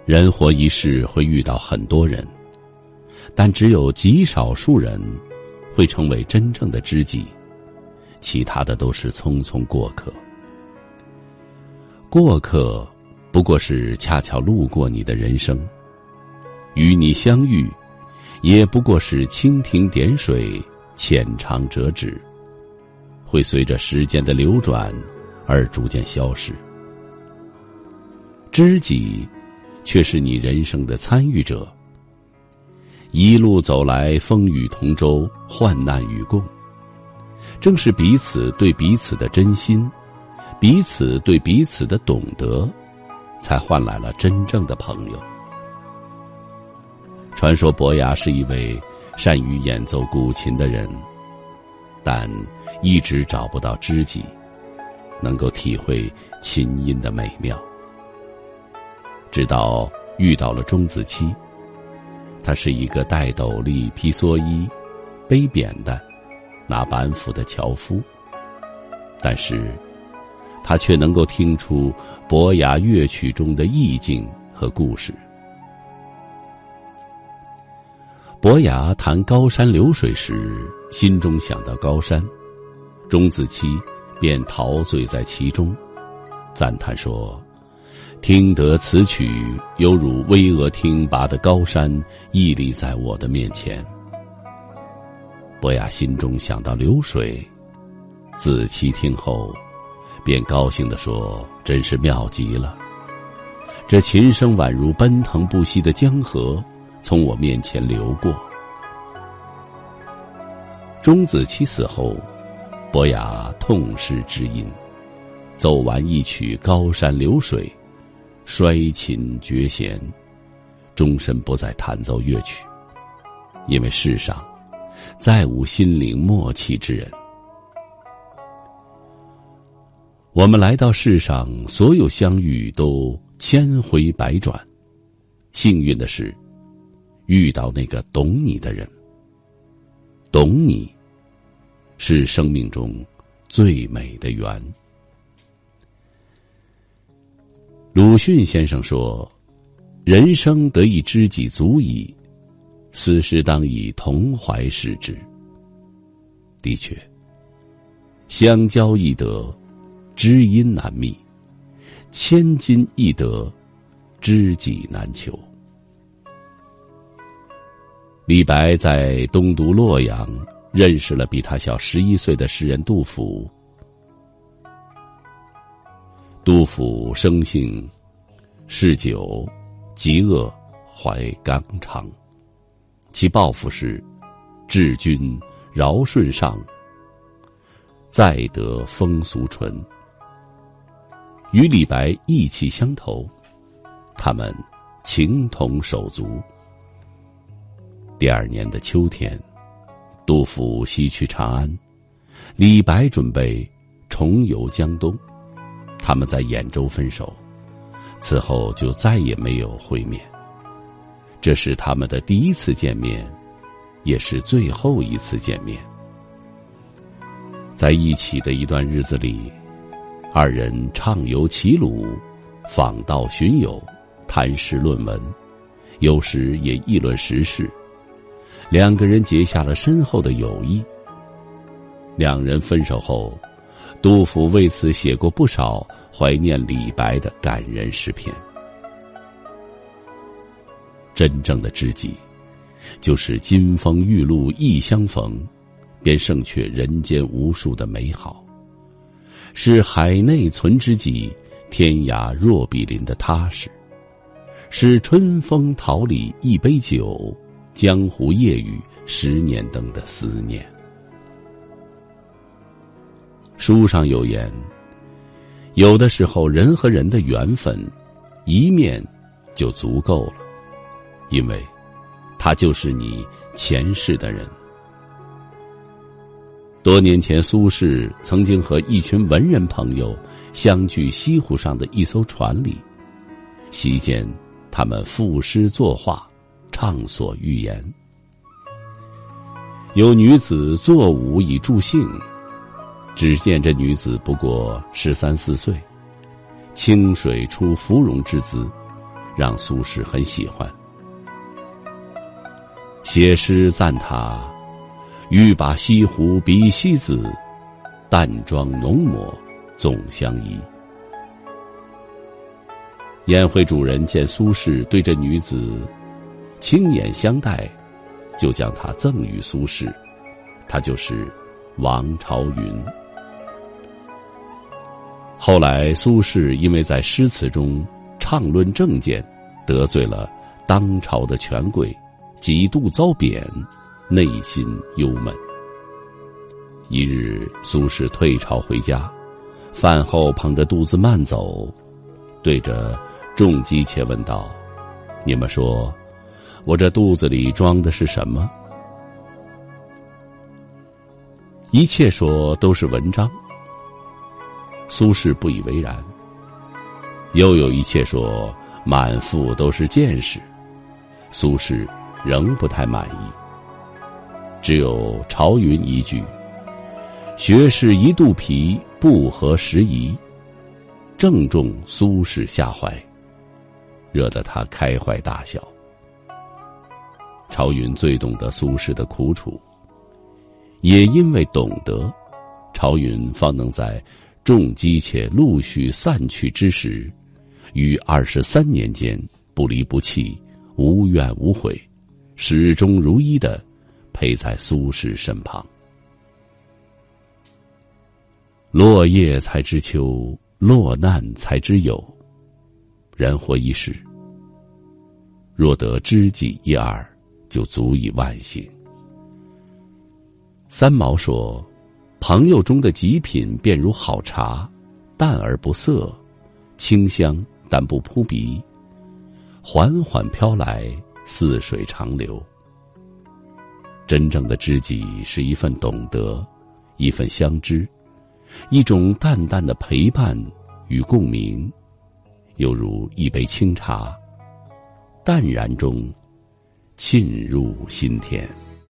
人活一世会遇到很多人，但只有极少数人会成为真正的知己，其他的都是匆匆过客。过客不过是恰巧路过你的人生，与你相遇也不过是蜻蜓点水，浅尝辄止，会随着时间的流转而逐渐消失。知己却是你人生的参与者，一路走来，风雨同舟，患难与共，正是彼此对彼此的真心，彼此对彼此的懂得，才换来了真正的朋友。传说伯牙是一位善于演奏古琴的人，但一直找不到知己，能够体会琴音的美妙。直到遇到了钟子期，他是一个戴斗笠、披蓑衣、背扁担、拿板斧的樵夫，但是他却能够听出伯牙乐曲中的意境和故事。伯牙谈高山流水时，心中想到高山，钟子期便陶醉在其中，赞叹说：听得此曲，犹如巍峨挺拔的高山屹立在我的面前。伯牙心中想到流水，子期听后便高兴地说：真是妙极了，这琴声宛如奔腾不息的江河，从我面前流过。钟子期死后，伯牙痛失知音，奏完一曲高山流水，衰琴绝弦，终身不再弹奏乐曲，因为世上再无心灵默契之人。我们来到世上，所有相遇都千回百转，幸运的是遇到那个懂你的人。懂你是生命中最美的缘。鲁迅先生说：人生得一知己足矣，斯事当以同怀视之。的确，相交易得，知音难觅；千金易得，知己难求。李白在东都洛阳认识了比他小11岁的诗人杜甫。杜甫生性嗜酒，极恶，怀纲常，其抱负是治君尧舜上，再得风俗淳。与李白意气相投，他们情同手足。第2年的秋天，杜甫西去长安，李白准备重游江东，他们在兖州分手，此后就再也没有会面。这是他们的第一次见面，也是最后一次见面。在一起的一段日子里，二人畅游齐鲁，访道寻友，谈诗论文，有时也议论时事。2个人结下了深厚的友谊。2人分手后，杜甫为此写过不少怀念李白的感人诗篇。真正的知己，就是金风玉露一相逢，便胜却人间无数的美好，是海内存知己，天涯若比邻的踏实，是春风桃李一杯酒，江湖夜雨10年灯的思念。书上有言，有的时候人和人的缘分一面就足够了，因为他就是你前世的人。多年前，苏轼曾经和一群文人朋友相聚西湖上的一艘船里，席间他们赋诗作画，畅所欲言。有女子作舞以助兴，只见这女子不过13、14岁，清水出芙蓉之姿， 让苏轼很喜欢。写诗赞他欲把西湖比西子，淡妆浓抹总相宜。宴会主人见苏轼对这女子轻眼相待，就将她赠予苏轼，她就是王朝云。后来苏轼因为在诗词中畅论政见，得罪了当朝的权贵，几度遭贬，内心忧闷。一日苏轼退朝回家，饭后捧着肚子慢走，对着众姬妾问道：你们说我这肚子里装的是什么？一切说都是文章。苏轼不以为然。又有一切说满腹都是见识。苏轼仍不太满意。只有朝云一句：学士一肚皮，不合时宜，正中苏轼下怀，惹得他开怀大笑。朝云最懂得苏轼的苦楚，也因为懂得，朝云方能在众姬妾陆续散去之时，于23年间不离不弃，无怨无悔，始终如一地陪在苏轼身旁。落叶才知秋，落难才知有。人活一世，若得知己一二，就足以万幸。三毛说，朋友中的极品便如好茶，淡而不涩，清香但不扑鼻，缓缓飘来，似水长流。真正的知己是一份懂得，一份相知，一种淡淡的陪伴与共鸣，犹如一杯清茶，淡然中沁入心田。